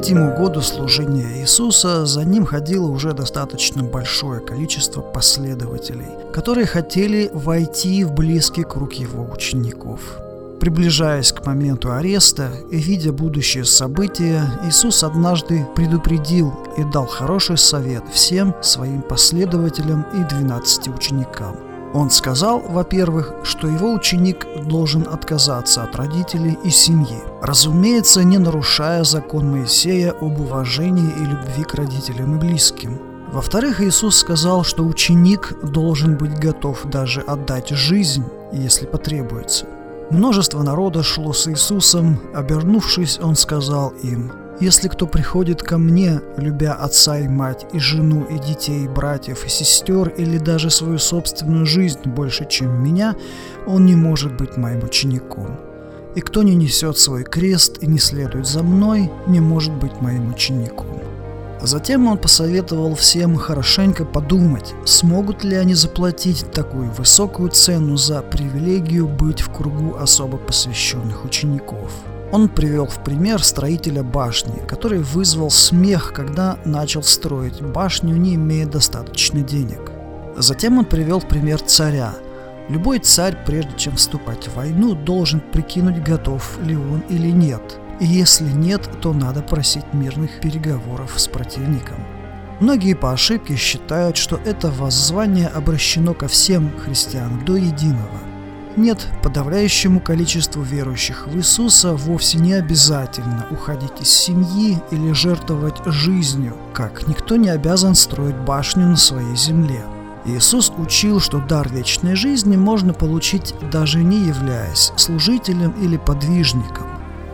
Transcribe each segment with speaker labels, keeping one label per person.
Speaker 1: третьему году служения Иисуса за ним ходило уже достаточно большое количество последователей, которые хотели войти в близкий круг его учеников. Приближаясь к моменту ареста и видя будущее события, Иисус однажды предупредил и дал хороший совет всем своим последователям и 12 ученикам. Он сказал, во-первых, что его ученик должен отказаться от родителей и семьи, разумеется, не нарушая закон Моисея об уважении и любви к родителям и близким. Во-вторых, Иисус сказал, что ученик должен быть готов даже отдать жизнь, если потребуется. Множество народа шло с Иисусом. Обернувшись, Он сказал им: «Если кто приходит ко мне, любя отца и мать, и жену, и детей, и братьев, и сестер, или даже свою собственную жизнь больше, чем меня, он не может быть моим учеником. И кто не несет свой крест и не следует за мной, не может быть моим учеником». Затем он посоветовал всем хорошенько подумать, смогут ли они заплатить такую высокую цену за привилегию быть в кругу особо посвященных учеников. Он привел в пример строителя башни, который вызвал смех, когда начал строить башню, не имея достаточно денег. Затем он привел в пример царя. Любой царь, прежде чем вступать в войну, должен прикинуть, готов ли он или нет. И если нет, то надо просить мирных переговоров с противником. Многие по ошибке считают, что это воззвание обращено ко всем христианам до единого. Нет, подавляющему количеству верующих в Иисуса вовсе не обязательно уходить из семьи или жертвовать жизнью, как никто не обязан строить башню на своей земле. Иисус учил, что дар вечной жизни можно получить, даже не являясь служителем или подвижником.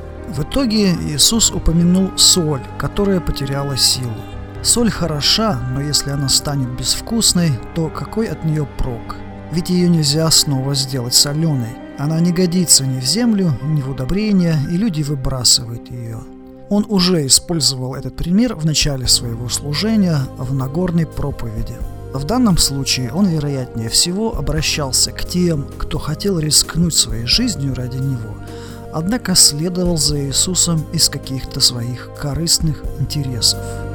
Speaker 1: В итоге Иисус упомянул соль, которая потеряла силу. Соль хороша, но если она станет безвкусной, то какой от нее прок? Ведь ее нельзя снова сделать соленой. Она не годится ни в землю, ни в удобрения, и люди выбрасывают ее. Он уже использовал этот пример в начале своего служения в Нагорной проповеди. В данном случае он, вероятнее всего, обращался к тем, кто хотел рискнуть своей жизнью ради него, однако следовал за Иисусом из каких-то своих корыстных интересов.